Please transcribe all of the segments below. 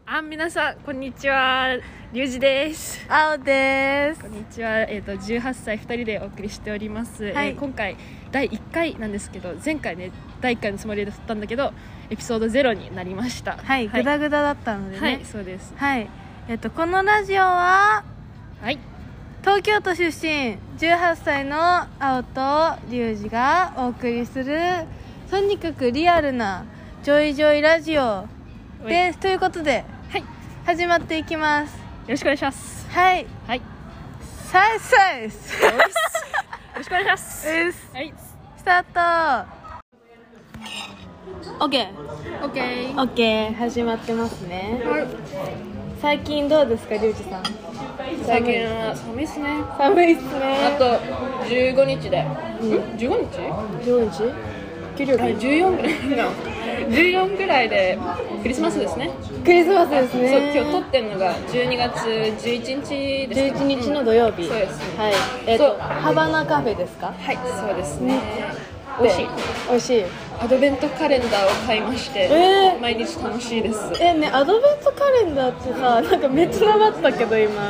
皆さんこんにちは、リュウジです。 青です。 こんにちは。18歳2人でお送りしております。 はい、 今回第1回なんですけど、前回ね第1回のつもりで撮ったんだけどエピソード0になりました。 はい、グダグダだったのでね。 はい、そうです。 はい、このラジオは、 はい、 東京都出身18歳の青とリュウジがお送りするとにかくリアルなジョイジョイラジオです。ということで、 はい、 始まっていきます。よろしくお願いします。 はい、 はい、 サイサイスよろしくお願いします。 はい、スタート。 OK 始まってますね。 はい、 最近どうですか、リュウジさん。 最近は寒いっすね。 寒いっすね。 あと15日で、15日 15日給料日 14ぐらい14ぐらいでクリスマスですね。 クリスマスですね。 そう、今日撮ってるのが12月11日ですか。 11日の土曜日、 そうです。 はい。ハバナカフェですか。 はい、そうですね。 美味しい。美味しい。 アドベントカレンダーを買いまして、毎日楽しいです。 ね、アドベントカレンダーってさ、なんかめっちゃなったけど今、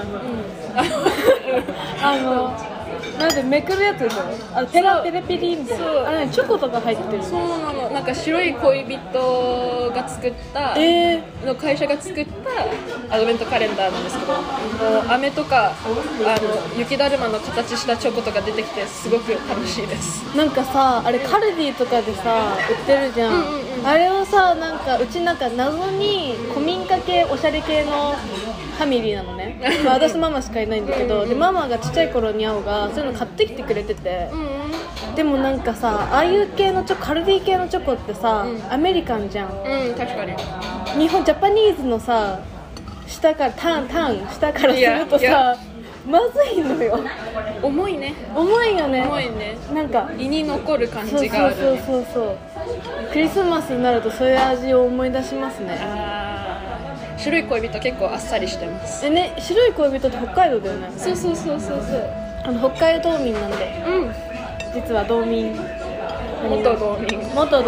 なんでめくるやつでしょ。ペラペレペリみたいな。あれ、チョコとか入ってる。 そうなの。なんか白い恋人が作った、の会社が作ったアドベントカレンダーなんですけど、飴とか雪だるまの形したチョコとか出てきてすごく楽しいです。 なんかさ、あれカルディとかでさ売ってるじゃん。あれをさ、なんかうちなんか謎に古民家系おしゃれ系のファミリーなのね。私ママしかいないんだけど、でママがちっちゃい頃に青がそういうの買ってきてくれてて、でもなんかさ、ああいう系のチョコ、カルディ系のチョコってさ、アメリカンじゃん。 確かに。 日本ジャパニーズのさ、下からタン下からするとさ、まずいのよ。 重いね。 重いよね。 重いね。 なんか胃に残る感じがある、ね。 そうクリスマスになるとそういう味を思い出しますね。 白い恋人結構あっさりしてます。 ね、白い恋人って北海道だよね。 そう北海道民なんで、実は道民、 元道民、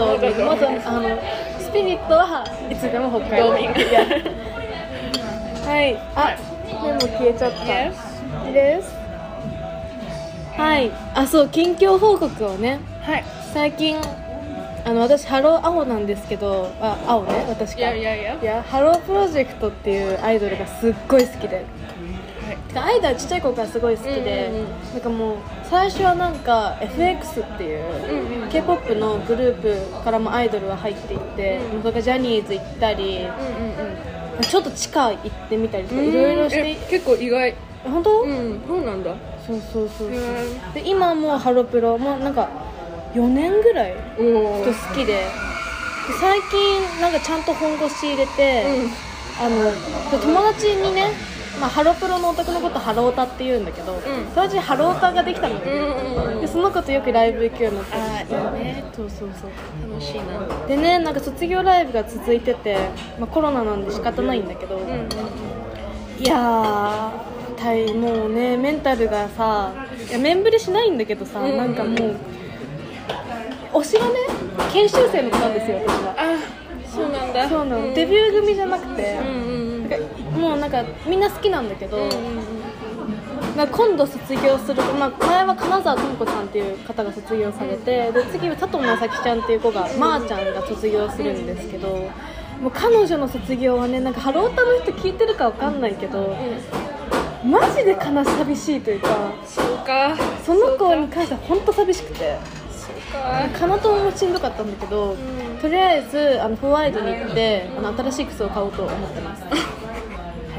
スピリットはいつでも北海道民。はい、でも消えちゃった。です。はい、そう、近況報告をね。 はい。 最近私ハロー青なんですけど、青ね、私か。いやハロープロジェクトっていうアイドルがすっごい好きで、アイドルちっちゃい頃からすごい好きで、なんかもう最初はなんか FX っていう、K-POP のグループからもアイドルが入っていって、それからジャニーズ行ったり、ちょっと地下行ってみたりとかいろいろして、 結構意外。 本当？ そうなんだ。 そうで、今もうハロプロもうなんか4年ぐらいと好きで、最近なんかちゃんと本腰入れて、友達にね、ハロプロのオタクのことハロオタって言うんだけど、友達にハロオタができたのよ。でその子とよくライブ行くようになって。そう楽しいな。 でね、なんか卒業ライブが続いてて、コロナなんで仕方ないんだけど、いやー、もうね、メンタルがさ、面ぶれしないんだけどさ、なんかもう推しがね、研修生の子なんですよ、私は。 そうなんだ。 そうなの、デビュー組じゃなくて、もうなんかみんな好きなんだけど、今度卒業する子、前は金沢智子さんっていう方が卒業されて、で次は佐藤正樹ちゃんっていう子が、まーちゃんが卒業するんですけど、もう彼女の卒業はね、なんかハロータの人聞いてるかわかんないけど、マジで寂しいというか、その子に関しては本当寂しくて、かなともしんどかったんだけど、とりあえずフォワイドに行って新しい靴を買おうと思ってます。はい、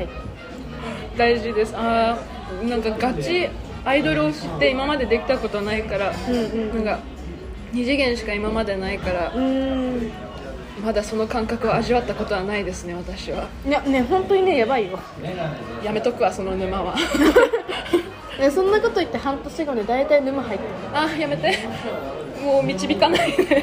大事です。なんかガチアイドルを知って今までできたことないから、なんか二次元しか今までないから、まだその感覚を味わったことはないですね、私は。 いやね、本当にね、やばいよ。 やめとくわ、その沼は。 そんなこと言って半年後に大体沼入ってる。 やめて、もう導かないで。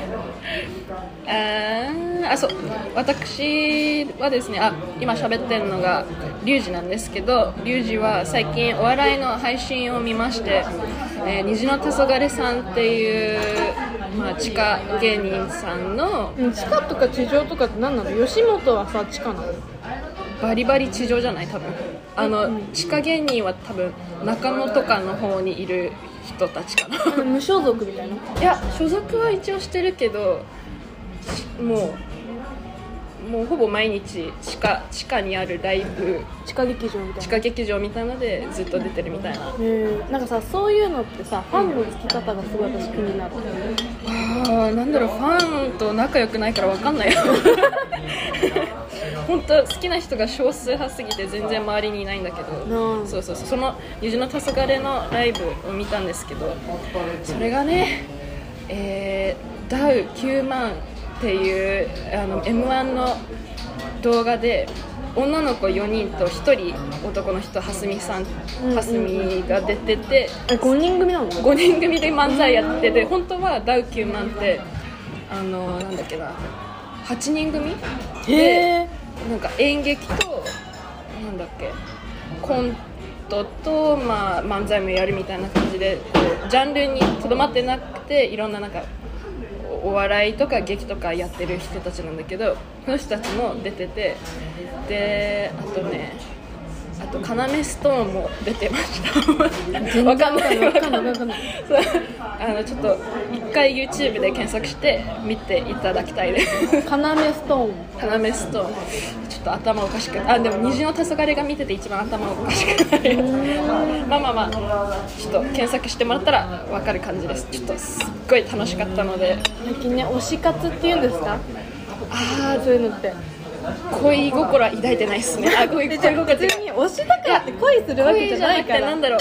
そう、私はですね、今喋ってるのがリュウジなんですけど、リュウジは最近お笑いの配信を見まして、虹の黄昏さんっていう、地下芸人さんの、 地下とか地上とかって何なの？吉本はさ、地下なの？ バリバリ地上じゃない多分地下芸人は多分中野とかの方にいる人たちかな無所属みたいな。 いや所属は一応してるけどもうほぼ毎日地下にあるライブ地下劇場みたいな。 地下劇場みたいなのでずっと出てるみたいな。 なんかさそういうのってさファンのつき方がすごい私気になる。 なんだろうファンと仲良くないから分かんないよ本当好きな人が少数派すぎて全然周りにいないんだけど、そうその虹の黄昏のライブを見たんですけど、それがね、ダウ9万っていうM1 の動画で女の子4人と1人男の人蓮見さん、蓮見が出てて、 5人組なの ？5人組で漫才やってて、本当はダウ9万ってなんだっけな8人組でなんか演劇となんだっけコントと、漫才もやるみたいな感じでこうジャンルにとどまってなくていろんななんかお笑いとか劇とかやってる人たちなんだけど、その人たちも出てて、であと要ストーンも出てましたわかんないそうちょっと一回 YouTube で検索して見ていただきたいです要ストーンちょっと頭おかしくでも虹の黄昏が見てて一番頭おかしくなるまあちょっと検索してもらったら分かる感じです。ちょっとすっごい楽しかったので。 最近ね推し活っていうんですか、そういうのって恋心は抱いてないっすね。恋心別に推しだからって恋するわけじゃないから。 なんだろう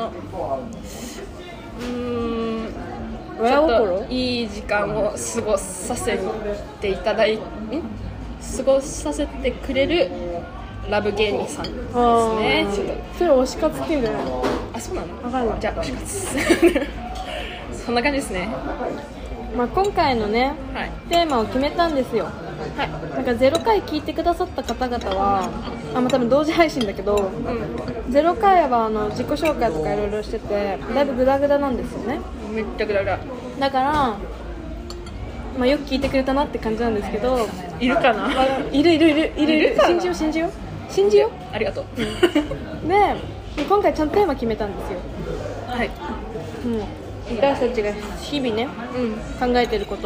ちょっといい時間を過ごさせてくれるラブ芸人さんですね。 それ推し活っていうんじゃないの？ そうなの？ 分かんない。 じゃあ推し活そんな感じですね。 今回のね、テーマを決めたんですよ。なんか0回聞いてくださった方々は多分同時配信だけど、0回は自己紹介とかいろいろしててだいぶグダグダなんですよね。 めっちゃグダグダだから、よく聞いてくれたなって感じなんですけど、 いるかな？ いる信じようありがとうで今回ちゃんとテーマ決めたんですよ。私たちが日々ね、考えてること、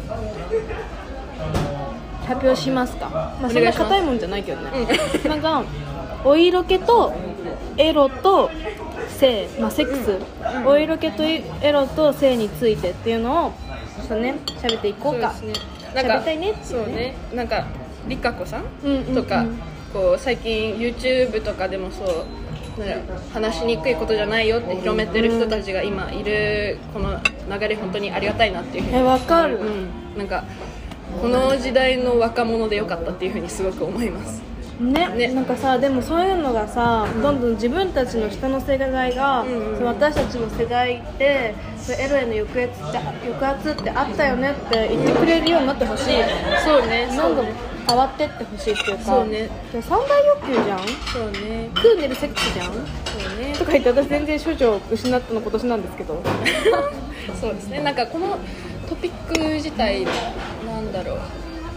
発表しますか。そんな硬いもんじゃないけどね、なんかお色気とエロと性、セックス、お色気とエロと性についてっていうのをちょっとね喋っていこうか。喋りたいねっていうね。 なんかリカコさんとか、こう最近 YouTube とかでもそう話しにくいことじゃないよって広めてる人たちが今いるこの流れ本当にありがたいなっていうふうに分かる、 なんかこの時代の若者でよかったっていうふうにすごく思いますね。なんかさでもそういうのがさ、どんどん自分たちの下の世代が、私たちの世代ってエロへの抑圧ってあったよねって言ってくれるようになってほしい。 そうね。 どんどん変わってってほしいっていうか。 そうね。 三大欲求じゃん。 そうね。 食う寝るセックスじゃん。そうね。とか言って私全然処女を失ったの今年なんですけどそうですね。なんかこのトピック自体なんだろう、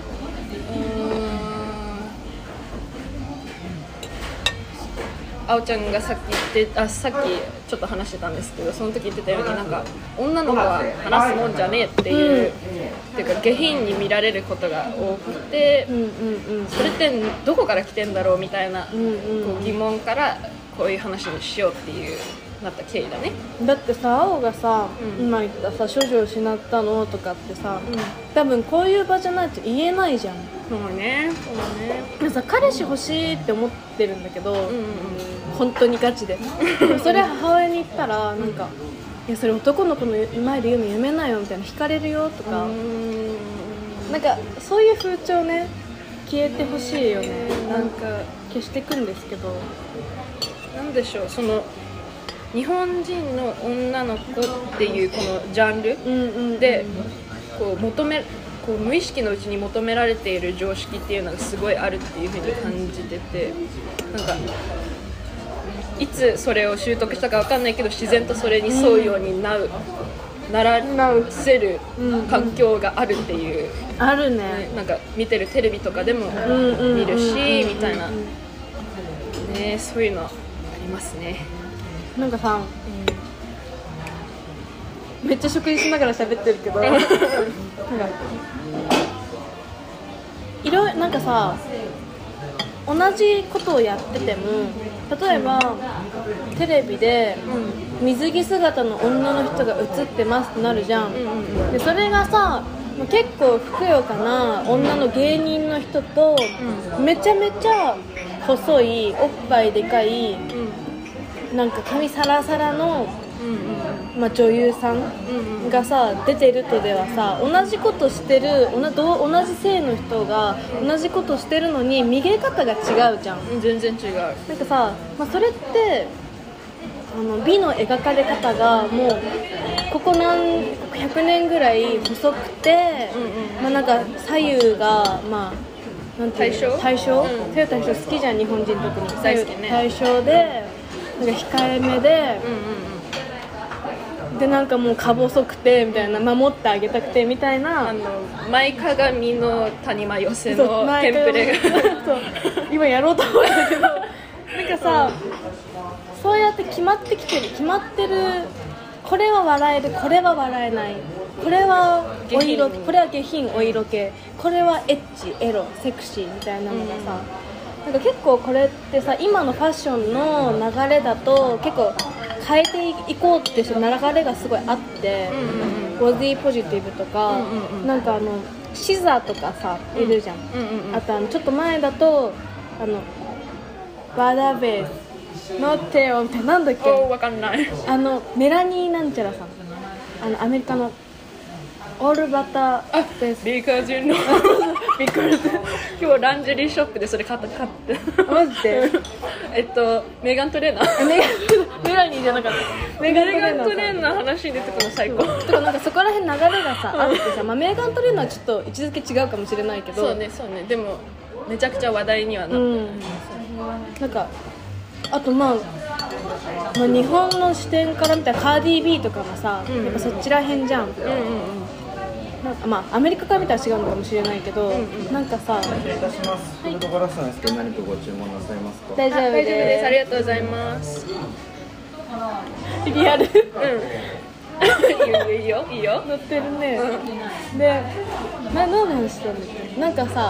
あおちゃんがさっきちょっと話してたんですけど、その時言ってたようになんか女の子は話すもんじゃねえっていう、っていうか下品に見られることが多くて、それってどこから来てんだろうみたいな、こう疑問からこういう話にしようっていうなった経緯だね。 だってさ、青がさ、今言ったさ、処女を失ったのとかってさ、多分こういう場じゃないと言えないじゃん。 そうね。 さ、彼氏欲しいって思ってるんだけど、本当にガチでそれ母親に言ったらなんか、いやそれ男の子の前で言うのやめなよみたいな、惹かれるよとか、なんかそういう風潮ね消えてほしいよね。なんか消していくんですけど、 なんでしょう、その日本人の女の子っていうこのジャンルでこう無意識のうちに求められている常識っていうのがすごいあるっていう風に感じてて、なんかいつそれを習得したか分かんないけど自然とそれに沿うようにならせる環境があるっていう、 あるね。 なんか見てるテレビとかでも見るし、みたたいな、ね、そういうのありますね。 なんかさ、めっちゃ食事しながら喋ってるけどなんかなんかさ、同じことをやってても、例えばテレビで水着姿の女の人が映ってますってなるじゃん、でそれがさ結構ふくよかな女の芸人の人と、めちゃめちゃ細いおっぱいでかい、なんか髪サラサラの、女優さんがさ出てるとではさ、同じことしてる同じ性の人が同じことしてるのに見え方が違うじゃん。 全然違う。 なんかさ、それって美の描かれ方がもうここ100年ぐらい細くて、なんか左右がなんていうの、対称、左右対称好きじゃん日本人特に。 大好きね。 対称でなんか控えめで、でなんかもうか細くてみたいな、守ってあげたくてみたいな、 前かがみの谷間寄せのテンプレがそう今やろうと思うんだけどなんかさ、そうやって決まってる、これは笑える、これは笑えない、これはお色気、これは下品お色気、これはエッチエロセクシーみたいなのがさ、なんか結構これってさ、今のファッションの流れだと結構変えていこうっていう流れがすごいあって、ボディポジティブとか、なんかシザーとかさいるじゃん、あとちょっと前だとバダベースのテオみたいな、なんだっけ、 わかんない。 メラニーなんちゃらさん、アメリカのオールバターベース。 Because you know Because 今日ランジェリーショップでそれ買ってマジでメガントレーナーメラニーじゃなかった、 メガントレーナー話に出てくるの最高。 とかなんかそこら辺流れがさあってさ、メガントレーナーはちょっと位置づけ違うかもしれないけど、 そうねでもめちゃくちゃ話題にはなって、 なんかあと日本の視点から見たらカーディー・ビーとかもさ、やっぱそっちら辺じゃん、なんかアメリカから見たら違うのかもしれないけど、なんかさ、 失礼いたします。フードガラスなんですけど、何かご注文なさいますか？ 大丈夫です。 ありがとうございます。 リアルいいよ乗ってるね、で何の話したんだっけ、なんかさ、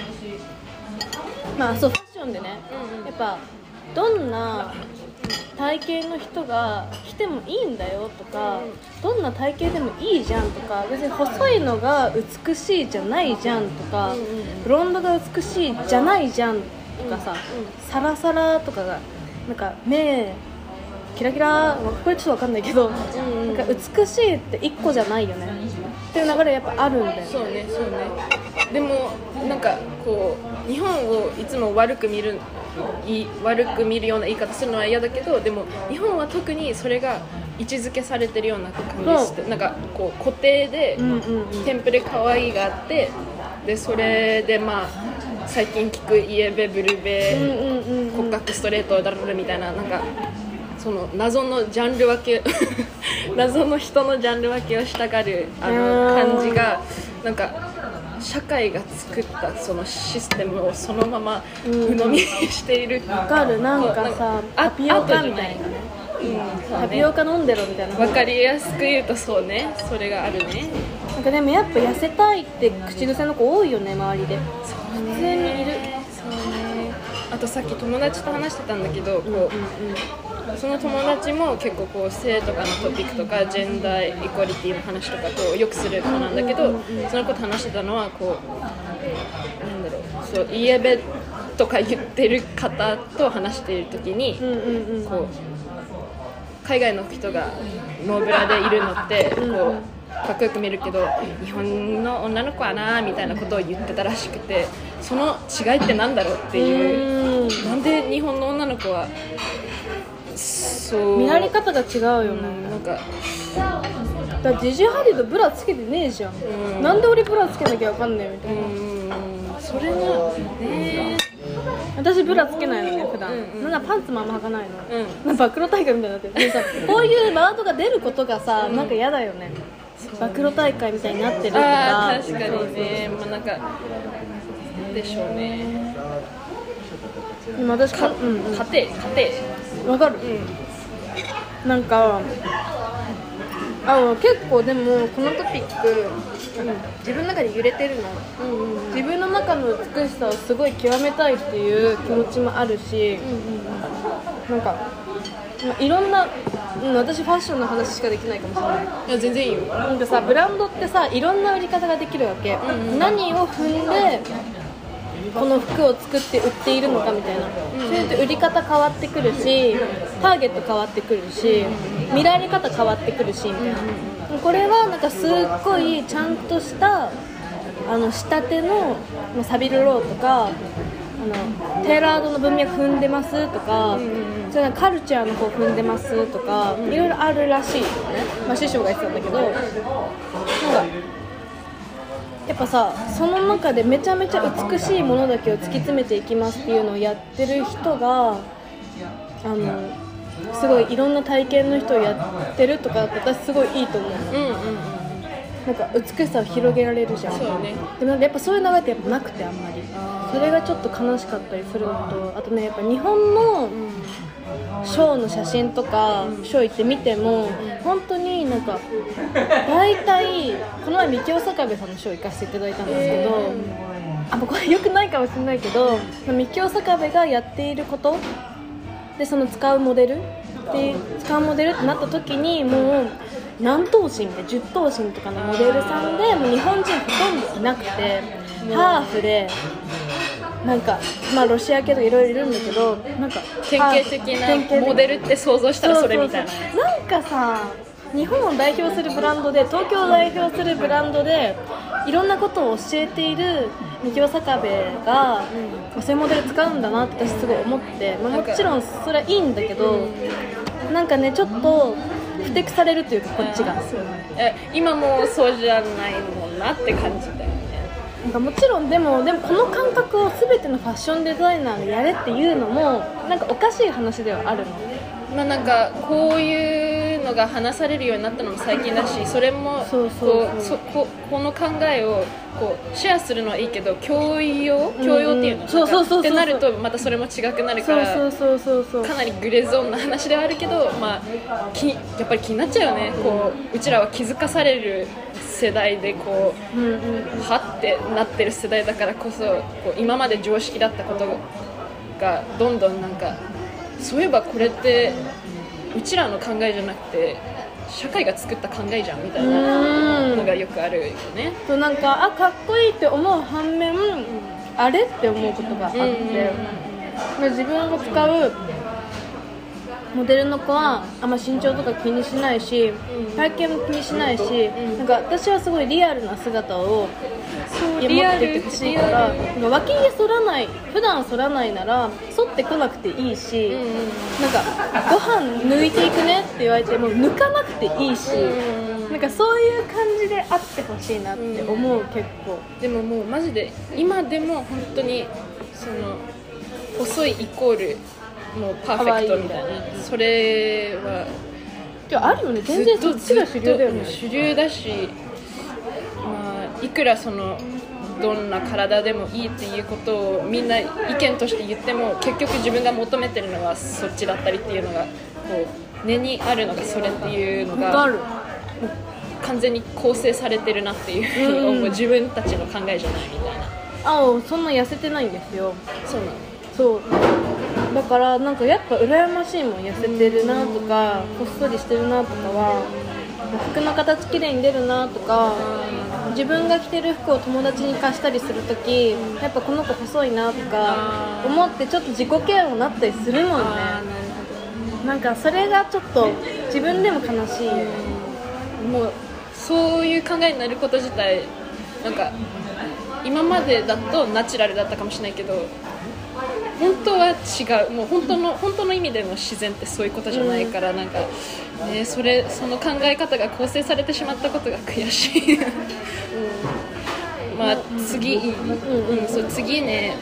そうファッションでね、やっぱどんな体型の人が着てもいいんだよとか、どんな体型でもいいじゃんとか、別に細いのが美しいじゃないじゃんとか、ブロンドが美しいじゃないじゃんとかさ、サラサラとかがなんか目キラキラ、これちょっと分かんないけど、なんか美しいって一個じゃないよねっていう流れやっぱあるんだよね。 そうねでもなんかこう日本をいつも悪く見るような言い方するのは嫌だけど、でも日本は特にそれが位置づけされてるような感じして、なんかこう固定でテンプレ可愛いがあって、でそれで最近聞くイエベブルベ骨格ストレートダルルみたいな、なんかその謎のジャンル分け謎の人のジャンル分けをしたがる感じが、なんか社会が作ったそのシステムをそのまま鵜呑みにしている。 わかる、なんかさ、タピオカみたいなね、タピオカ飲んでろみたいな。 分かりやすく言うとそうね、それがあるね。 なんかでもやっぱ痩せたいって口癖の子多いよね、周りで。普通にいる。そうね。 あとさっき友達と話してたんだけど、その友達も結構こう性とかのトピックとかジェンダーイコリティの話とかとよくする子なんだけど、その子と話してたのはこうそうイエベとか言ってる方と話している時に、こう海外の人がノーブラでいるのってこうかっこよく見るけど、日本の女の子はなみたいなことを言ってたらしくて、その違いってなんだろうっていう、なんで日本の女の子はそう見られ方が違うよね、 なんかだってジジハリドブラつけてねえじゃん、なんで俺ブラつけなきゃわかんねえみたいな、 それがね、 私ブラつけないのね普段、なんかパンツもあんま履かないの、なんか暴露大会みたいになってるでさ、こういうワードが出ることがさ、なんか嫌だよね、暴露大会みたいになってるとか。 確かにね、なんかでしょうね。 今私家庭わかる、なんか結構でもこのトピック、自分の中で揺れてるの、自分の中の美しさをすごい極めたいっていう気持ちもあるし、なんかいろんな、私ファッションの話しかできないかもしれない。 いや全然いいよ。 なんかさ、ブランドってさいろんな売り方ができるわけ、何を踏んでこの服を作って売っているのかみたいな、それで売り方変わってくるし、ターゲット変わってくるし、見られ方変わってくるしみたいな、これはなんかすっごいちゃんとした仕立てのサビルローとかテーラードの文脈踏んでますとか、それカルチャーの方踏んでますとか、いろいろあるらしいよね、師匠が言ってたんだけど、なんかやっぱさ、その中でめちゃめちゃ美しいものだけを突き詰めていきますっていうのをやってる人がすごいいろんな体験の人をやってるとかだって私すごいいいと思う、なんか美しさを広げられるじゃん。 そうね。 でもやっぱそういう流れってやっぱなくて、あんまりそれがちょっと悲しかったりするのと、あとね、やっぱ日本のショーの写真とかショー行ってみても本当になんか大体この前みきおさかべさんのショー行かせていただいたんですけど、これ良くないかもしれないけど、みきおさかべがやっていることで、その使うモデルってなった時にもう何頭身で10頭身とかのモデルさんでもう日本人ほとんどいなくて、ハーフでなんかロシア系とかいろいろいるんだけど、なんか典型的なモデルって想像したらそれみたいな。 なんかさ、日本を代表するブランドで、東京を代表するブランドでいろんなことを教えているみきおさかべが、そういうモデル使うんだなって私すごい思って、もちろんそれはいいんだけど、なんかねちょっとふてくされるというか、こっちが今もうそうじゃないもんなって感じだよね。 なんかもちろんでもこの感覚を全てのファッションデザイナーがやれっていうのもなんかおかしい話ではあるの。 なんかこういうのが話されるようになったのも最近だし、それもこの考えをこうシェアするのはいいけど、教養っていうのってなるとまたそれも違くなるから、かなりグレーゾーンな話ではあるけど、やっぱり気になっちゃうよね。こううちらは気づかされる世代でこう、はってなってる世代だからこそ、こう今まで常識だったことがどんどんなんか、そういえばこれってうちらの考えじゃなくて社会が作った考えじゃんみたいなのがよくあるよね。 なんかかっこいいって思う反面、あれって思うことがあって、自分が使うモデルの子はあんま身長とか気にしないし、体型も気にしないし、なんか私はすごいリアルな姿を持っててほしいから、脇毛剃らない、普段剃らないなら剃ってこなくていいし、なんかご飯抜いていくねって言われても抜かなくていいし、なんかそういう感じであってほしいなって思う、結構。 でももうマジで今でも本当にその細いイコールもうパーフェクトみたいな、それはあるよね。全然そっちが主流だよね。 主流だし、いくらそのどんな体でもいいっていうことをみんな意見として言っても、結局自分が求めてるのはそっちだったりっていうのがこう根にあるのがそれっていうのが完全に構成されてるなっていうのを自分たちの考えじゃないみたいな。 そんな痩せてないんですよ。 そうなの。 そうだからなんかやっぱ羨ましいもん、痩せてるなとかこっそりしてるなとかは、服の形綺麗に出るなとか、自分が着てる服を友達に貸したりするときやっぱこの子細いなとか思ってちょっと自己嫌悪になったりするもんね。なんかそれがちょっと自分でも悲しい。 もうそういう考えになること自体なんか今までだとナチュラルだったかもしれないけど、本当は違う。もう本当の意味での自然ってそういうことじゃないから、なんか、その考え方が構成されてしまったことが悔しい。次ね、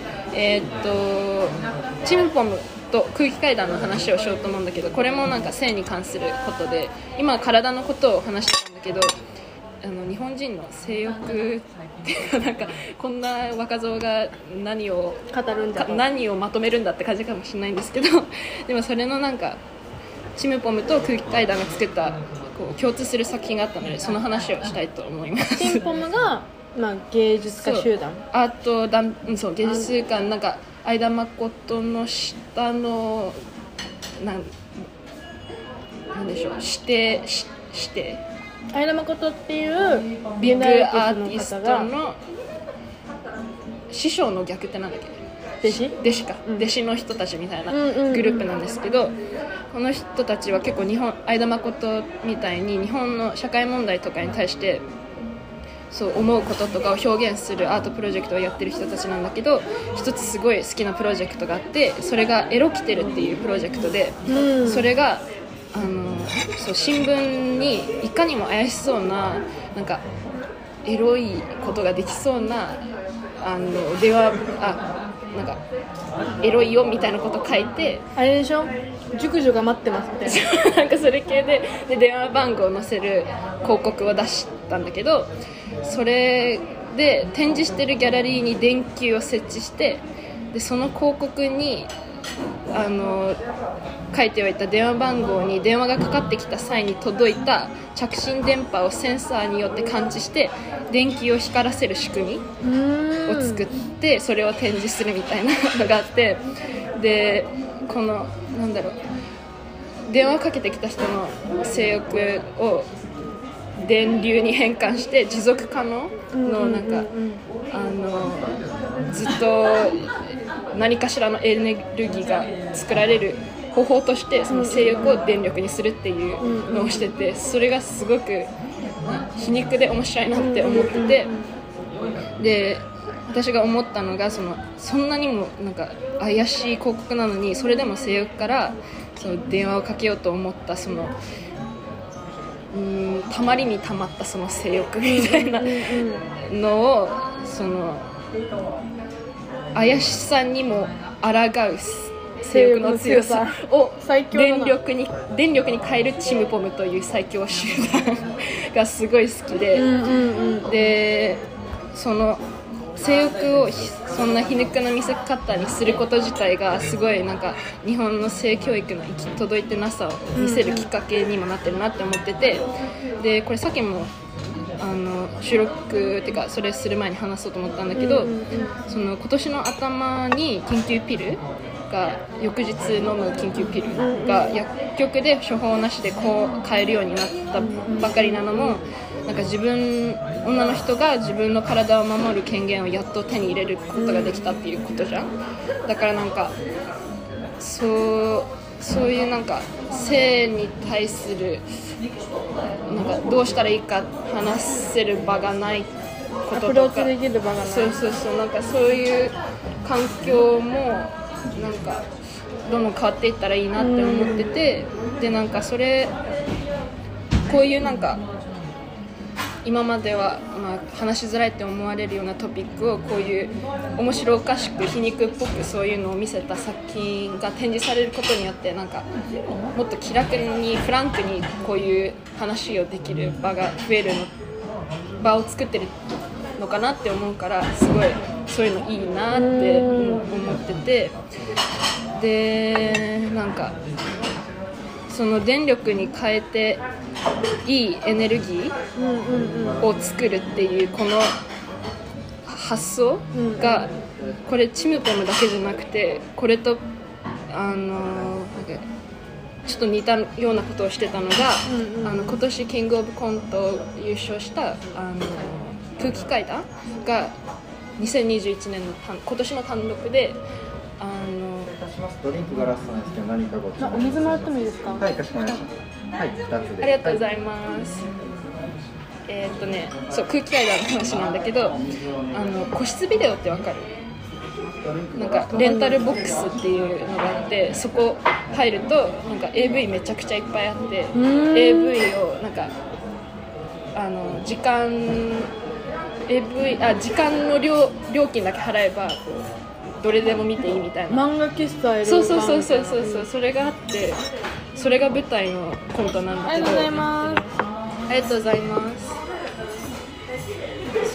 チンポムと空気階段の話をしようと思うんだけど、これもなんか性に関することで、今体のことを話してたんだけど、 日本人の性欲っていうかなんかこんな若造が何をまとめるんだって感じかもしれないんですけどでもそれのなんかチムポムと空気階段が作ったこう共通する作品があったのでその話をしたいと思います。 チムポムが、芸術家集団そう芸術家なんか相田誠の下のなんでしょう指定相田誠っていうビッグアーティストの師匠の逆ってなんだっけ弟子か、弟子の人たちみたいなグループなんですけど、この人たちは結構相田誠みたいに日本の社会問題とかに対してそう思うこととかを表現するアートプロジェクトをやってる人たちなんだけど、一つすごい好きなプロジェクトがあって、それがエロキテルっていうプロジェクトで、それがそう新聞にいかにも怪しそうななんかエロいことができそうな電話なんかエロいよみたいなこと書いて、 あれでしょ、熟女が待ってますみたいななんかそれ系で電話番号を載せる広告を出したんだけど、それで展示してるギャラリーに電球を設置して、でその広告に書いておいた電話番号に電話がかかってきた際に届いた着信電波をセンサーによって感知して電気を光らせる仕組みを作って、それを展示するみたいなのがあって、でこのなんだろう、電話をかけてきた人の性欲を電流に変換して持続可能のなんかずっと何かしらのエネルギーが作られる方法としてその性欲を電力にするっていうのをしてて、それがすごく皮肉で面白いなって思ってて、で私が思ったのがそんなにもなんか怪しい広告なのにそれでも性欲からその電話をかけようと思ったそのたまりにたまったその性欲みたいなのをその怪しさにも抗う性欲の強さを電力に変えるチムポムという最強集団がすごい好きで、でその性欲をそんな皮肉な見せ方にすること自体がすごいなんか日本の性教育の行き届いてなさを見せるきっかけにもなってるなって思ってて、でこれさっきも収録っていうかそれする前に話そうと思ったんだけど、その今年の頭に緊急ピルが翌日飲む緊急ピルが薬局で処方なしでこう買えるようになったばかりなのも、なんか女の人が自分の体を守る権限をやっと手に入れることができたっていうことじゃん。だからなんかそういうなんか性に対するなんかどうしたらいいか話せる場がないこととか、 アプローチできる場がない、 そうなんかそういう環境もなんかどんどん変わっていったらいいなって思ってて、でなんかこういうなんか今までは話しづらいって思われるようなトピックをこういう面白おかしく皮肉っぽくそういうのを見せた作品が展示されることによってなんかもっと気楽にフランクにこういう話をできる場が増える場を作ってるのかなって思うから、すごいそういうのいいなって思ってて、でなんかその電力に変えていいエネルギーを作るっていうこの発想がこれチムポムだけじゃなくて、これとなんかちょっと似たようなことをしてたのが今年キングオブコントを優勝した空気階段が2021年の今年の単独でドリンクがラストなんですけど何かご注文。 お水もらってもいいですか？ はい、かしこまりました。はい、2つで。 ありがとうございます。そう空気階段の話なんだけど、個室ビデオってわかる？なんかレンタルボックスっていうのがあって、そこ入るとなんか AV めちゃくちゃいっぱいあって、AV をなんか時間の料金だけ払えばどれでも見ていいみたいな漫画喫茶いるそうそれがあって、それが舞台のコントなんだけど。 ありがとうございます。 ありがとうございます。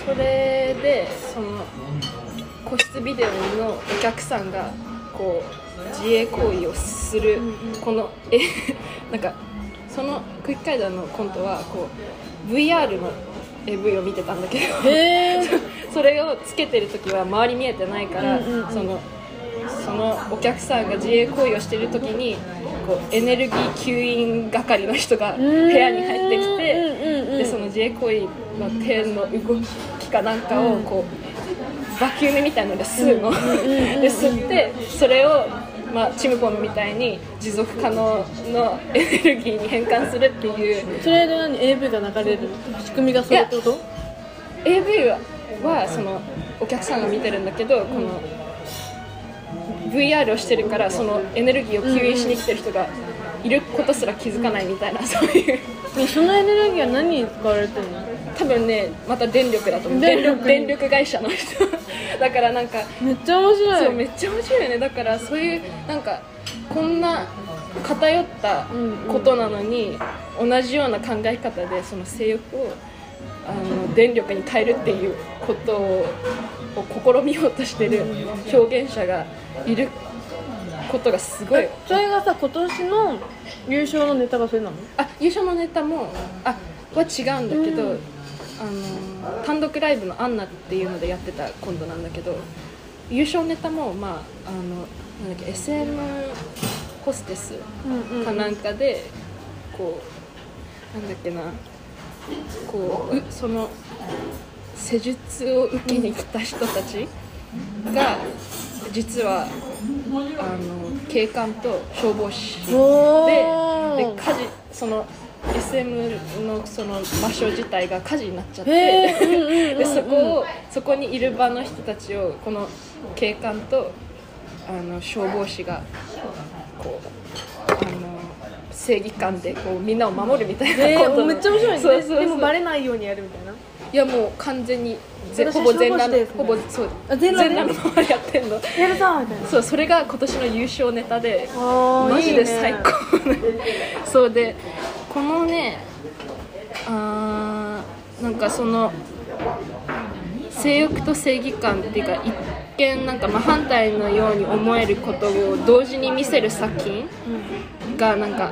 それでその個室ビデオのお客さんがこう自衛行為をする、このなんかその空気階段のコントはこう VR の AV を見てたんだけどそれをつけてる時は周り見えてないから、そのお客さんが自衛行為をしてる時にこうエネルギー吸引係の人が部屋に入ってきて、でその自衛行為の手の動きかなんかをこうバキュームみたいなので吸うので吸ってそれをチムポンみたいに持続可能のエネルギーに変換するっていう。 それで何 AV が流れる仕組みがそれってこと？ AV はそのお客さんが見てるんだけど、この VR をしてるからそのエネルギーを吸引しに来てる人がいることすら気づかないみたいな、そういうそのエネルギーは何に使われてるの？ 多分ね、また電力だと思う。電力会社の人だからなんかめっちゃ面白い。 そうめっちゃ面白いよね。だからそういうなんかこんな偏ったことなのに、同じような考え方でその性欲を電力に変えるっていうことを試みようとしてる表現者がいることがすごい。 それがさ、今年の優勝のネタがそれなの？ 優勝のネタもは違うんだけど、単独ライブのアンナっていうのでやってたコントなんだけど、優勝ネタもなんだっけ SM ホステスかなんかでこうなんだっけな、こうその施術を受けに来た人たちが実は警官と消防士でその SM のその場所自体が火事になっちゃってでそこにいる場の人たちをこの警官と消防士がこう正義感でこうみんなを守るみたいなことめっちゃ面白いね。 そうでもバレないようにやるみたいな。 いやもう完全にほぼ全裸のほぼそう全裸のままやってんの。 やるぞみたいな。 そう、それが今年の優勝ネタでマジで最高そうでこのねなんかその性欲と正義感っていうか一見なんか真反対のように思えることを同時に見せる作品がなんか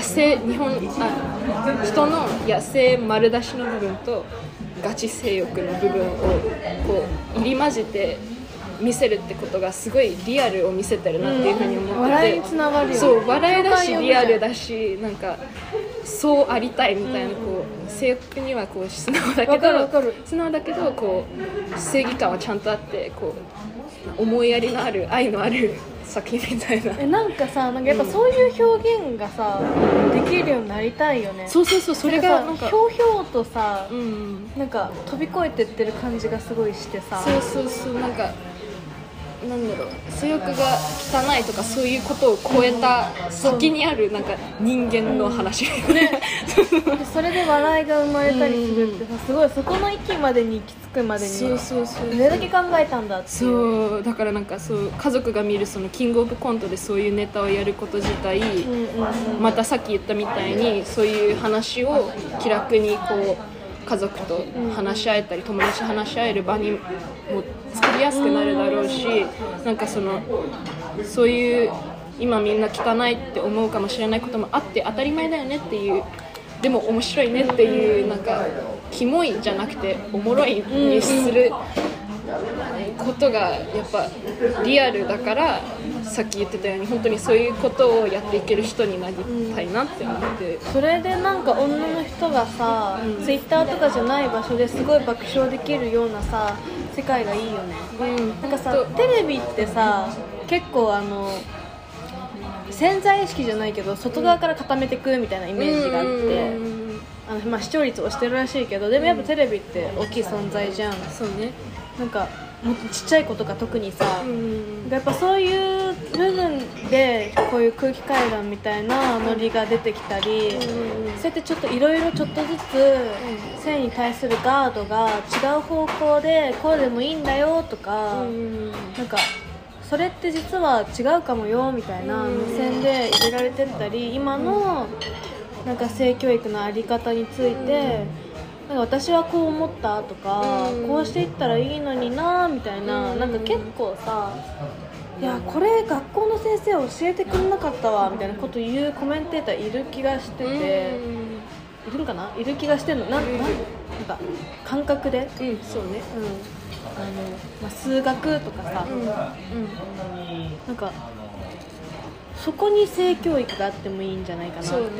人の野生丸出しの部分とガチ性欲の部分をこう入り混じって見せるってことがすごいリアルを見せてるなっていうふうに思ってて、 笑いにつながるよね。 そう笑いだしリアルだし、なんかそうありたいみたいな、こう性欲にはこう素直だけどこう正義感はちゃんとあってこう思いやりのある愛のある作品みたいな。 なんかさ、なんかやっぱそういう表現がさ、できるようになりたいよね。 そうそれがなんかひょうひょうとさ、なんか飛び越えてってる感じがすごいしてさ。 そうなんかなんだろう、性欲が汚いとかそういうことを超えた先にあるなんか人間の話、 それで笑いが生まれたりするってさ、すごいそこの域までに行き着くまでにどれだけ考えたんだっていう。 そうだからなんかそう家族が見るそのキングオブコントでそういうネタをやること自体、またさっき言ったみたいにそういう話を気楽にこう家族と話し合えたり友達と話し合える場にも作りやすくなるだろうし、なんかそういう今みんな汚いって思うかもしれないこともあって当たり前だよねっていう、でも面白いねっていう、なんかキモいじゃなくておもろいにすることがやっぱリアルだから、さっき言ってたように本当にそういうことをやっていける人になりたいなって思って、 それでなんか女の人がさ、ツイッターとかじゃない場所ですごい爆笑できるようなさ世界がいいよね。なんかさテレビってさ結構潜在意識じゃないけど外側から固めてくみたいなイメージがあって、視聴率をしてるらしいけど、でもやっぱテレビって大きい存在じゃん。 そうね、 なんかもっとちっちゃい子とか特にさ、やっぱそういう部分でこういう空気階段みたいなノリが出てきたり、そうやってちょっといろいろちょっとずつ性に対するガードが違う方向でこうでもいいんだよとか、なんかそれって実は違うかもよみたいな目線で入れられてったり、今のなんか性教育のあり方についてなんか私はこう思ったとか、こうしていったらいいのになみたいな、なんか結構さ、いやこれ学校の先生教えてくれなかったわみたいなこと言うコメンテーターいる気がしてて、いるんかな、いる気がしてんの、なんか感覚で、 そうね、 数学とかさ、なんかそこに性教育があってもいいんじゃないかなって思う。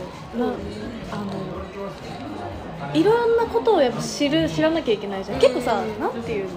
いろんなことをやっぱ知らなきゃいけないじゃん。結構さ、なんていうの、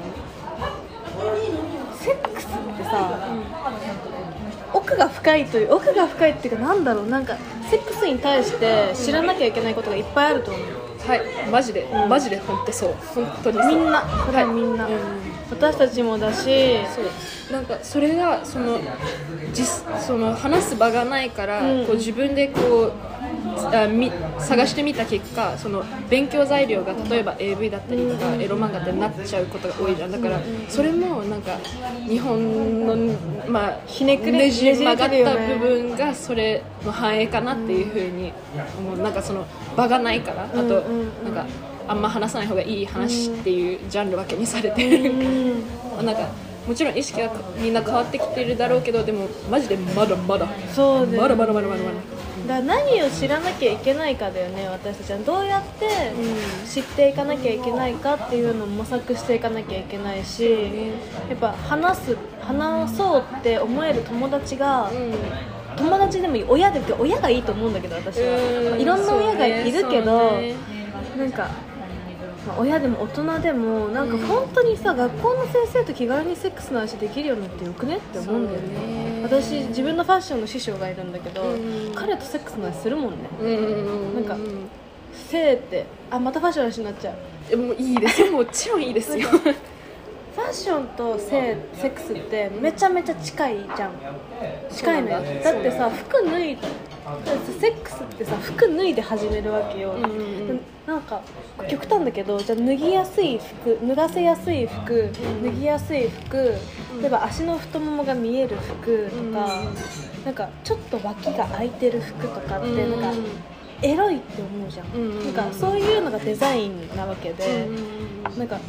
セックスってさ、奥が深いっていうか、なんだろう、なんかセックスに対して知らなきゃいけないことがいっぱいあると思う。 はい、マジで本当そう、本当にそう、 みんな、それはみんな、私たちもだし、 そう、なんかそれがその話す場がないから、こう自分でこう探してみた結果、その勉強材料が例えば AV だったりとか、エロ漫画ってなっちゃうことが多いじゃん。だから、それもなんか日本のねじ曲がった部分がそれの反映かなっていう風に思う。なんかその場がないから、あとなんかあんま話さない方がいい話っていうジャンル分けにされてるなんかもちろん意識はみんな変わってきてるだろうけど、でもマジでまだまだそうね、 まだだから何を知らなきゃいけないかだよね。私たちはどうやって知っていかなきゃいけないかっていうのを模索していかなきゃいけないし、やっぱ話そうって思える友達が、友達でもいい、親がいいと思うんだけど、私は、いろんな親がいるけど、なんか親でも大人でもなんか本当にさ、学校の先生と気軽にセックスの話できるようになってよくねって思うんだよね。私自分のファッションの師匠がいるんだけど、彼とセックスの話するもんね。なんか性ってまたファッションの話になっちゃう。 もういいですよ、もちろんいいですよファッションとセックスってめちゃめちゃ近いじゃん。近いのよ。だってさ、セックスってさ、服脱いで始めるわけよ。なんか極端だけど、じゃあ脱ぎやすい服、脱がせやすい服、脱ぎやすい服、例えば足の太ももが見える服とか、なんかちょっと脇が開いてる服とかってなんかエロいって思うじゃん。なんかそういうのがデザインなわけで、なんか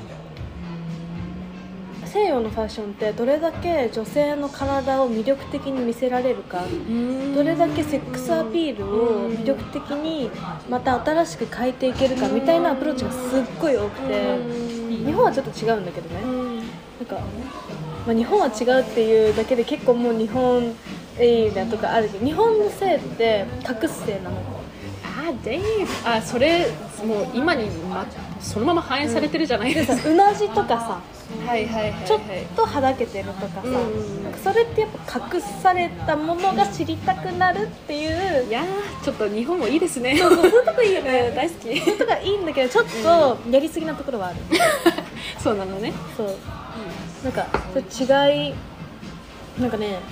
西洋のファッションってどれだけ女性の体を魅力的に見せられるか、どれだけセックスアピールを魅力的にまた新しく変えていけるかみたいなアプローチがすっごい多くて、日本はちょっと違うんだけどね。なんか、日本は違うっていうだけで結構もう日本なとかあるけど、日本の性って隠す性なの。 それもう今に、そのまま反映されてるじゃないですか。 うなじとかさ、ちょっとはだけてるとかさ、なんかそれってやっぱ隠されたものが知りたくなるっていう。 いやー、ちょっと日本もいいですね。 そういうとこいいよね大好き。そういうとこいいんだけど、ちょっとやりすぎなところはあるそうなのね。 そう、なんか違い、なんかね、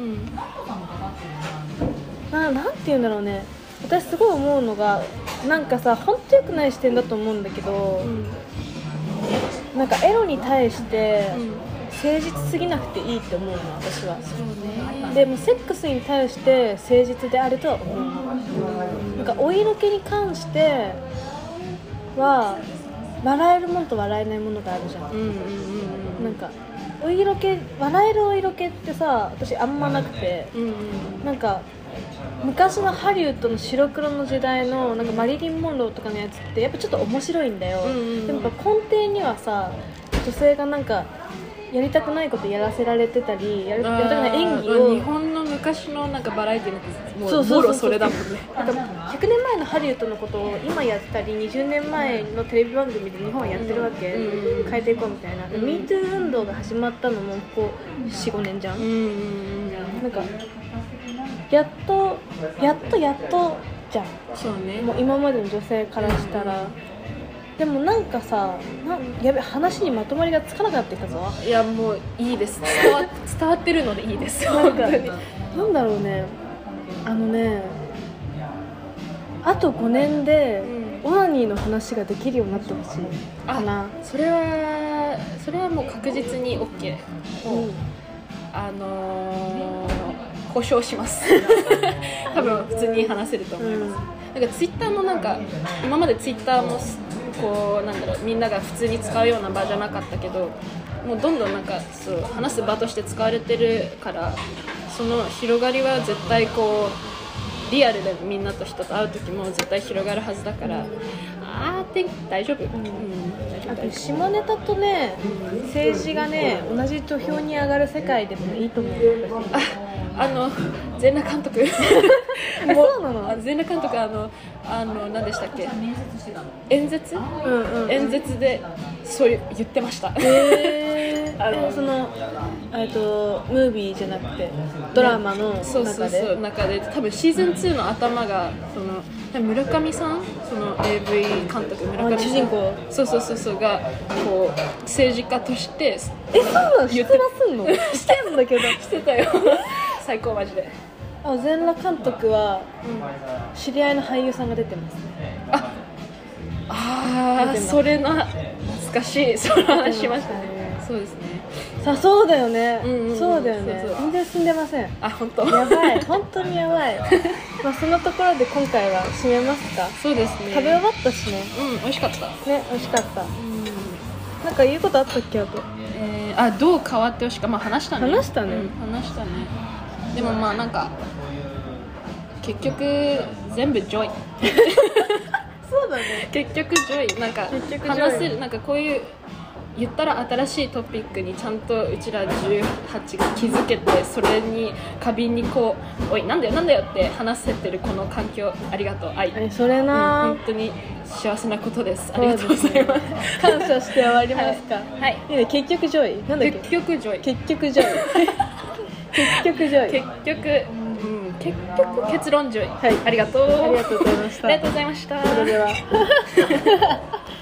なんて言うんだろうね。私すごい思うのが、なんかさ、本当良くない視点だと思うんだけど、なんかエロに対して誠実すぎなくていいって思うの、私は。でもセックスに対して誠実であるとは思うの。なんかお色気に関しては笑えるものと笑えないものがあるじゃん。なんか笑えるお色気ってさ、私あんまなくて、なんか昔のハリウッドの白黒の時代のなんかマリリン・モンローとかのやつってやっぱちょっと面白いんだよ。でもやっぱ根底にはさ、女性がなんかやりたくないことやらせられてたり、やりたくない演技を、 日本の昔のなんかバラエティーのもろそれだもんね。 なんか100年前のハリウッドのことを今やったり、20年前のテレビ番組で日本はやってるわけ。変えていこうみたいな。MeToo 運動が始まったのもここ 4,5 年じゃん。なんかやっとじゃん。 そうね。 もう今までの女性からしたら。でもなんかさ、やべ、話にまとまりがつかなくなってきたぞ。 いや、もういいです。伝わってるのでいいですよ。 なんかなんだろうね、あと5年でオナニーの話ができるようになってほしいかな。 それはもう確実に OK。保証します多分普通に話せると思います。なんかツイッターもなんか今までツイッターもこうなんだろう、みんなが普通に使うような場じゃなかったけど、もうどんどんなんかそう話す場として使われてるから、その広がりは絶対こうリアルでみんなと人と会う時も絶対広がるはずだから、大丈夫、大丈夫、 あと下ネタとね、政治がね同じ土俵に上がる世界でもいいと思う。 全裸監督そうなの？ 全裸監督何でしたっけ、演説、演説でそう言ってました。 そのムービーじゃなくてドラマの中で多分シーズン2の頭がその村上さん、その AV 監督村上さん、 主人公そうがこう政治家としてそうなの？出馬すんの？してんだけどしてたよ最高マジで。 全裸監督は知り合いの俳優さんが出てますね。 それな懐かしい、その話しましたね。そうですね。 そうだよね、そうだよね。全然進んでません。 本当やばい、本当にやばいそのところで今回は締めますか。 そうですね。 食べ終わったしね。 美味しかったね、美味しかった。なんか言うことあったっけ？あとどう変わってほしいか、話したね。 話したね。 でもなんか結局全部ジョイそうだね。 結局ジョイ、なんか話せる、なんかこういう言ったら新しいトピックにちゃんとうちら18が気づけて、それに過敏にこうおいなんだよって話せてるこの環境、ありがとう。 それな、 本当に幸せなことです。ありがとうございます。 感謝して終わりますか。 はい。 いいね、結局ジョイ。なんだっけ？ 結局ジョイ。 結局ジョイ。 結局結論ジョイ。 はい。 ありがとう。 ありがとうございました。 ありがとうございました。 それでは。